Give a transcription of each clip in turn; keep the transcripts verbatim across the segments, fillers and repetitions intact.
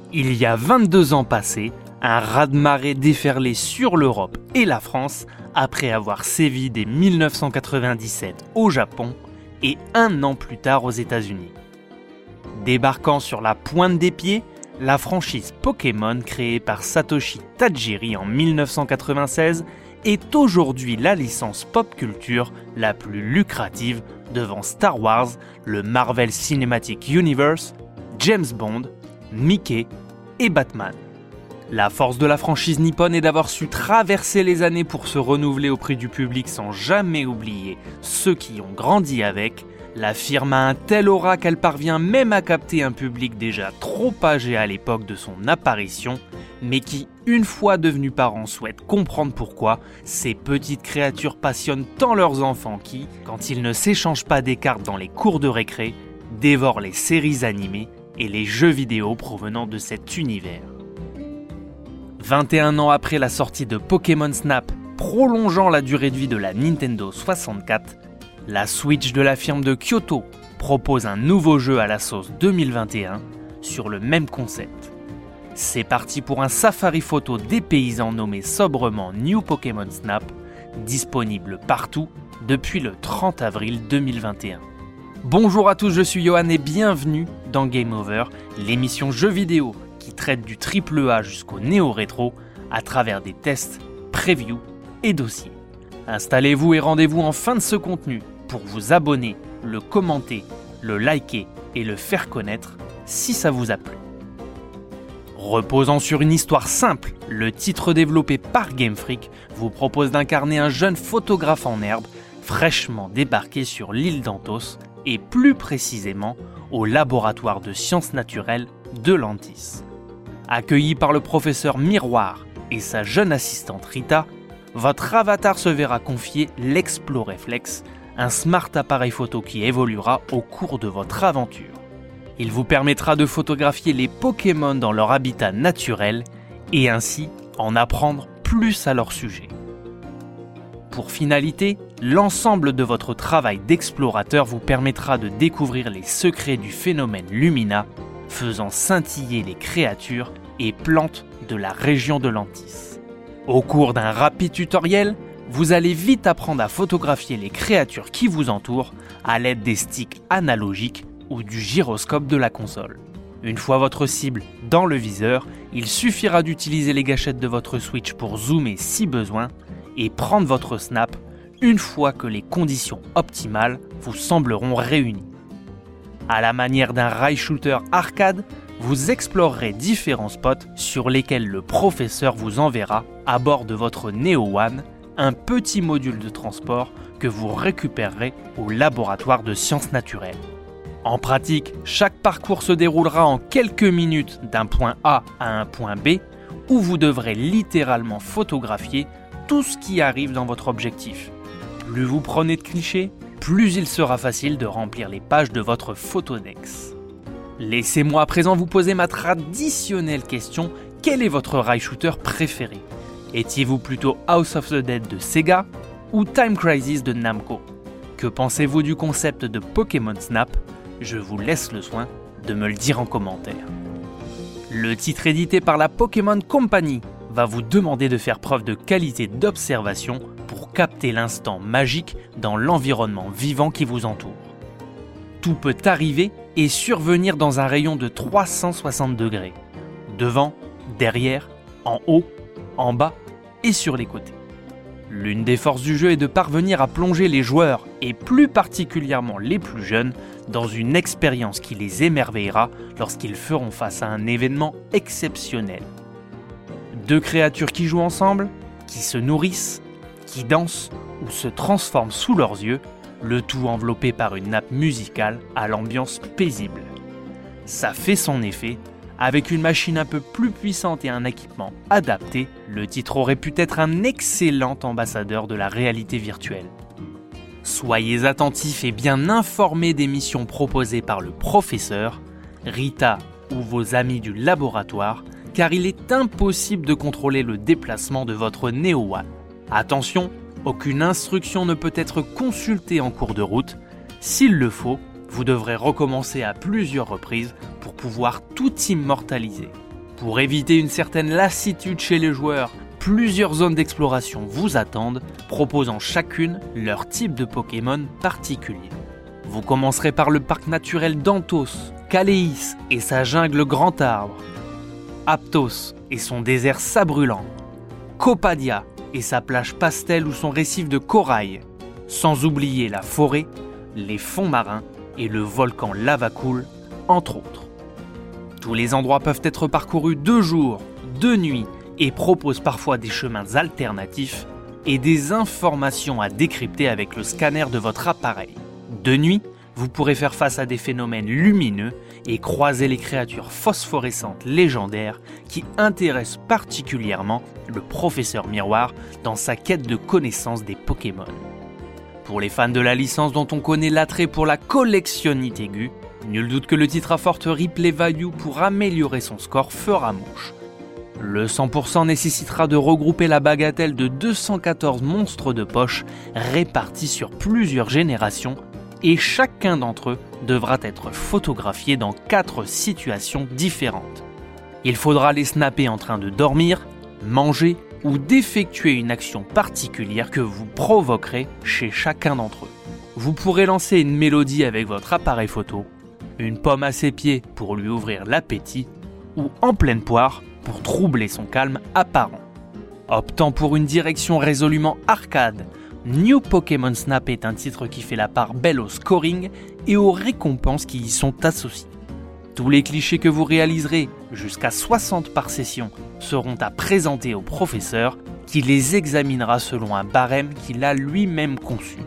Il y a vingt-deux ans passés, un raz-de-marée déferlait sur l'Europe et la France après avoir sévi dès mille neuf cent quatre-vingt-dix-sept au Japon et un an plus tard aux États-Unis. Débarquant sur la pointe des pieds, la franchise Pokémon créée par Satoshi Tajiri en mille neuf cent quatre-vingt-seize est aujourd'hui la licence pop culture la plus lucrative devant Star Wars, le Marvel Cinematic Universe, James Bond, Mickey et Batman. La force de la franchise nippone est d'avoir su traverser les années pour se renouveler auprès du public sans jamais oublier ceux qui ont grandi avec. La firme a un tel aura qu'elle parvient même à capter un public déjà trop âgé à l'époque de son apparition, mais qui, une fois devenus parents, souhaitent comprendre pourquoi ces petites créatures passionnent tant leurs enfants qui, quand ils ne s'échangent pas des cartes dans les cours de récré, dévorent les séries animées et les jeux vidéo provenant de cet univers. vingt et un ans après la sortie de Pokémon Snap, prolongeant la durée de vie de la Nintendo soixante-quatre, la Switch de la firme de Kyoto propose un nouveau jeu à la sauce deux mille vingt et un sur le même concept. C'est parti pour un safari photo des paysans nommé sobrement New Pokémon Snap, disponible partout depuis le trente avril deux mille vingt et un. Bonjour à tous, je suis Johan et bienvenue dans Game Over, l'émission jeux vidéo qui traite du triple A jusqu'au néo-rétro à travers des tests, previews et dossiers. Installez-vous et rendez-vous en fin de ce contenu pour vous abonner, le commenter, le liker et le faire connaître si ça vous a plu. Reposant sur une histoire simple, le titre développé par Game Freak vous propose d'incarner un jeune photographe en herbe fraîchement débarqué sur l'île d'Anthos et plus précisément au laboratoire de sciences naturelles de Lantis. Accueilli par le professeur Miroir et sa jeune assistante Rita, votre avatar se verra confier l'Exploreflex, un smart appareil photo qui évoluera au cours de votre aventure. Il vous permettra de photographier les Pokémon dans leur habitat naturel et ainsi en apprendre plus à leur sujet. Pour finalité, l'ensemble de votre travail d'explorateur vous permettra de découvrir les secrets du phénomène Lumina, faisant scintiller les créatures et plantes de la région de Lantis. Au cours d'un rapide tutoriel, vous allez vite apprendre à photographier les créatures qui vous entourent à l'aide des sticks analogiques ou du gyroscope de la console. Une fois votre cible dans le viseur, il suffira d'utiliser les gâchettes de votre Switch pour zoomer si besoin et prendre votre snap une fois que les conditions optimales vous sembleront réunies. À la manière d'un rail shooter arcade, vous explorerez différents spots sur lesquels le professeur vous enverra à bord de votre Neo One, un petit module de transport que vous récupérerez au laboratoire de sciences naturelles. En pratique, chaque parcours se déroulera en quelques minutes d'un point A à un point B, où vous devrez littéralement photographier tout ce qui arrive dans votre objectif. Plus vous prenez de clichés, plus il sera facile de remplir les pages de votre photodex. Laissez-moi à présent vous poser ma traditionnelle question, quel est votre rail shooter préféré ? Étiez-vous plutôt House of the Dead de Sega ou Time Crisis de Namco ? Que pensez-vous du concept de Pokémon Snap ? Je vous laisse le soin de me le dire en commentaire. Le titre édité par la Pokémon Company va vous demander de faire preuve de qualité d'observation pour capter l'instant magique dans l'environnement vivant qui vous entoure. Tout peut arriver et survenir dans un rayon de trois cent soixante degrés. Devant, derrière, en haut, en bas et sur les côtés. L'une des forces du jeu est de parvenir à plonger les joueurs, et plus particulièrement les plus jeunes, dans une expérience qui les émerveillera lorsqu'ils feront face à un événement exceptionnel. Deux créatures qui jouent ensemble, qui se nourrissent, qui dansent ou se transforment sous leurs yeux, le tout enveloppé par une nappe musicale à l'ambiance paisible. Ça fait son effet. Avec une machine un peu plus puissante et un équipement adapté, le titre aurait pu être un excellent ambassadeur de la réalité virtuelle. Soyez attentifs et bien informés des missions proposées par le professeur, Rita ou vos amis du laboratoire, car il est impossible de contrôler le déplacement de votre Neo One. Attention, aucune instruction ne peut être consultée en cours de route. S'il le faut, vous devrez recommencer à plusieurs reprises pour pouvoir tout immortaliser. Pour éviter une certaine lassitude chez les joueurs, plusieurs zones d'exploration vous attendent, proposant chacune leur type de Pokémon particulier. Vous commencerez par le parc naturel d'Anthos, Caléis et sa jungle Grand Arbre, Aptos et son désert sabrulant, Copadia et sa plage pastel ou son récif de corail, sans oublier la forêt, les fonds marins et le volcan Lavacool, entre autres. Tous les endroits peuvent être parcourus de jour, de nuit et proposent parfois des chemins alternatifs et des informations à décrypter avec le scanner de votre appareil. De nuit, vous pourrez faire face à des phénomènes lumineux et croiser les créatures phosphorescentes légendaires qui intéressent particulièrement le professeur Miroir dans sa quête de connaissance des Pokémon. Pour les fans de la licence dont on connaît l'attrait pour la collectionnite aiguë, nul doute que le titre à forte replay value pour améliorer son score fera mouche. Le cent pour cent nécessitera de regrouper la bagatelle de deux cent quatorze monstres de poche répartis sur plusieurs générations et chacun d'entre eux devra être photographié dans quatre situations différentes. Il faudra les snapper en train de dormir, manger ou d'effectuer une action particulière que vous provoquerez chez chacun d'entre eux. Vous pourrez lancer une mélodie avec votre appareil photo, une pomme à ses pieds pour lui ouvrir l'appétit ou en pleine poire pour troubler son calme apparent. Optant pour une direction résolument arcade, New Pokémon Snap est un titre qui fait la part belle au scoring et aux récompenses qui y sont associées. Tous les clichés que vous réaliserez, jusqu'à soixante par session, seront à présenter au professeur qui les examinera selon un barème qu'il a lui-même conçu.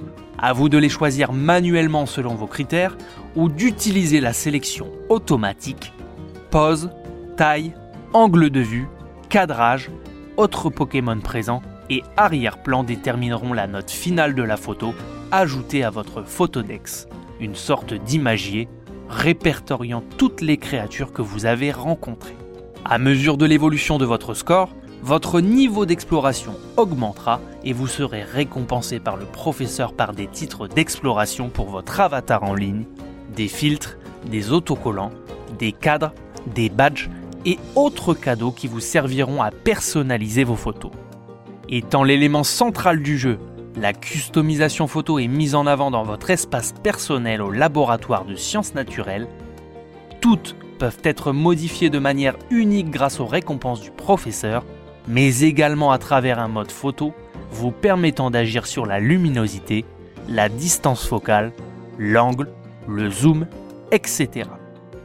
À vous de les choisir manuellement selon vos critères ou d'utiliser la sélection automatique, pose, taille, angle de vue, cadrage, autres Pokémon présents et arrière-plan détermineront la note finale de la photo ajoutée à votre photodex, une sorte d'imagier répertoriant toutes les créatures que vous avez rencontrées. À mesure de l'évolution de votre score, votre niveau d'exploration augmentera et vous serez récompensé par le professeur par des titres d'exploration pour votre avatar en ligne, des filtres, des autocollants, des cadres, des badges et autres cadeaux qui vous serviront à personnaliser vos photos. Étant l'élément central du jeu, la customisation photo est mise en avant dans votre espace personnel au laboratoire de sciences naturelles. Toutes peuvent être modifiées de manière unique grâce aux récompenses du professeur, mais également à travers un mode photo vous permettant d'agir sur la luminosité, la distance focale, l'angle, le zoom, et cetera.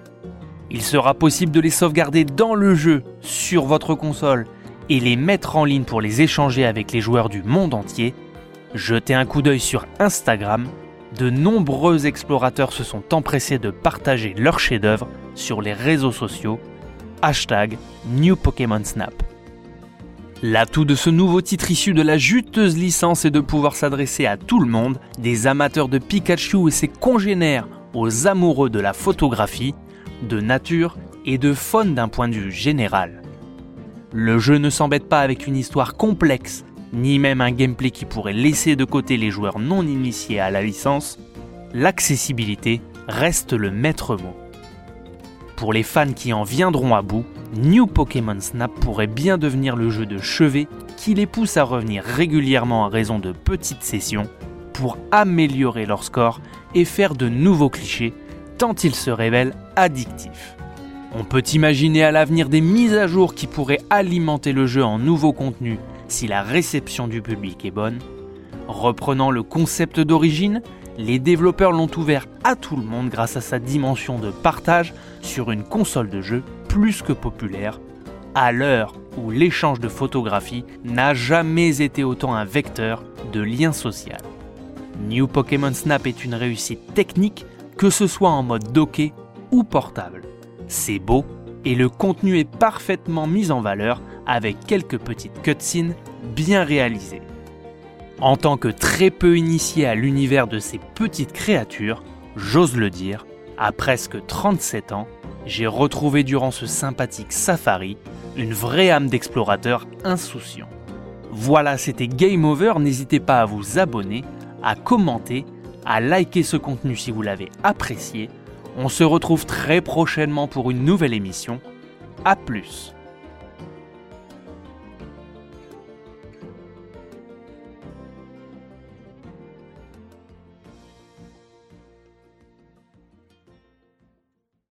Il sera possible de les sauvegarder dans le jeu, sur votre console, et les mettre en ligne pour les échanger avec les joueurs du monde entier. Jetez un coup d'œil sur Instagram, de nombreux explorateurs se sont empressés de partager leurs chefs-d'œuvre sur les réseaux sociaux, hashtag New Pokémon Snap. L'atout de ce nouveau titre issu de la juteuse licence est de pouvoir s'adresser à tout le monde, des amateurs de Pikachu et ses congénères aux amoureux de la photographie, de nature et de faune d'un point de vue général. Le jeu ne s'embête pas avec une histoire complexe, ni même un gameplay qui pourrait laisser de côté les joueurs non initiés à la licence. L'accessibilité reste le maître mot. Pour les fans qui en viendront à bout, New Pokémon Snap pourrait bien devenir le jeu de chevet qui les pousse à revenir régulièrement à raison de petites sessions pour améliorer leur score et faire de nouveaux clichés tant il se révèle addictif. On peut imaginer à l'avenir des mises à jour qui pourraient alimenter le jeu en nouveaux contenus si la réception du public est bonne. Reprenant le concept d'origine, les développeurs l'ont ouvert à tout le monde grâce à sa dimension de partage sur une console de jeu plus que populaire, à l'heure où l'échange de photographies n'a jamais été autant un vecteur de lien social. New Pokémon Snap est une réussite technique, que ce soit en mode docké ou portable. C'est beau et le contenu est parfaitement mis en valeur avec quelques petites cutscenes bien réalisées. En tant que très peu initié à l'univers de ces petites créatures, j'ose le dire, à presque trente-sept ans, j'ai retrouvé durant ce sympathique safari une vraie âme d'explorateur insouciant. Voilà, c'était Game Over, n'hésitez pas à vous abonner, à commenter, à liker ce contenu si vous l'avez apprécié. On se retrouve très prochainement pour une nouvelle émission. A plus.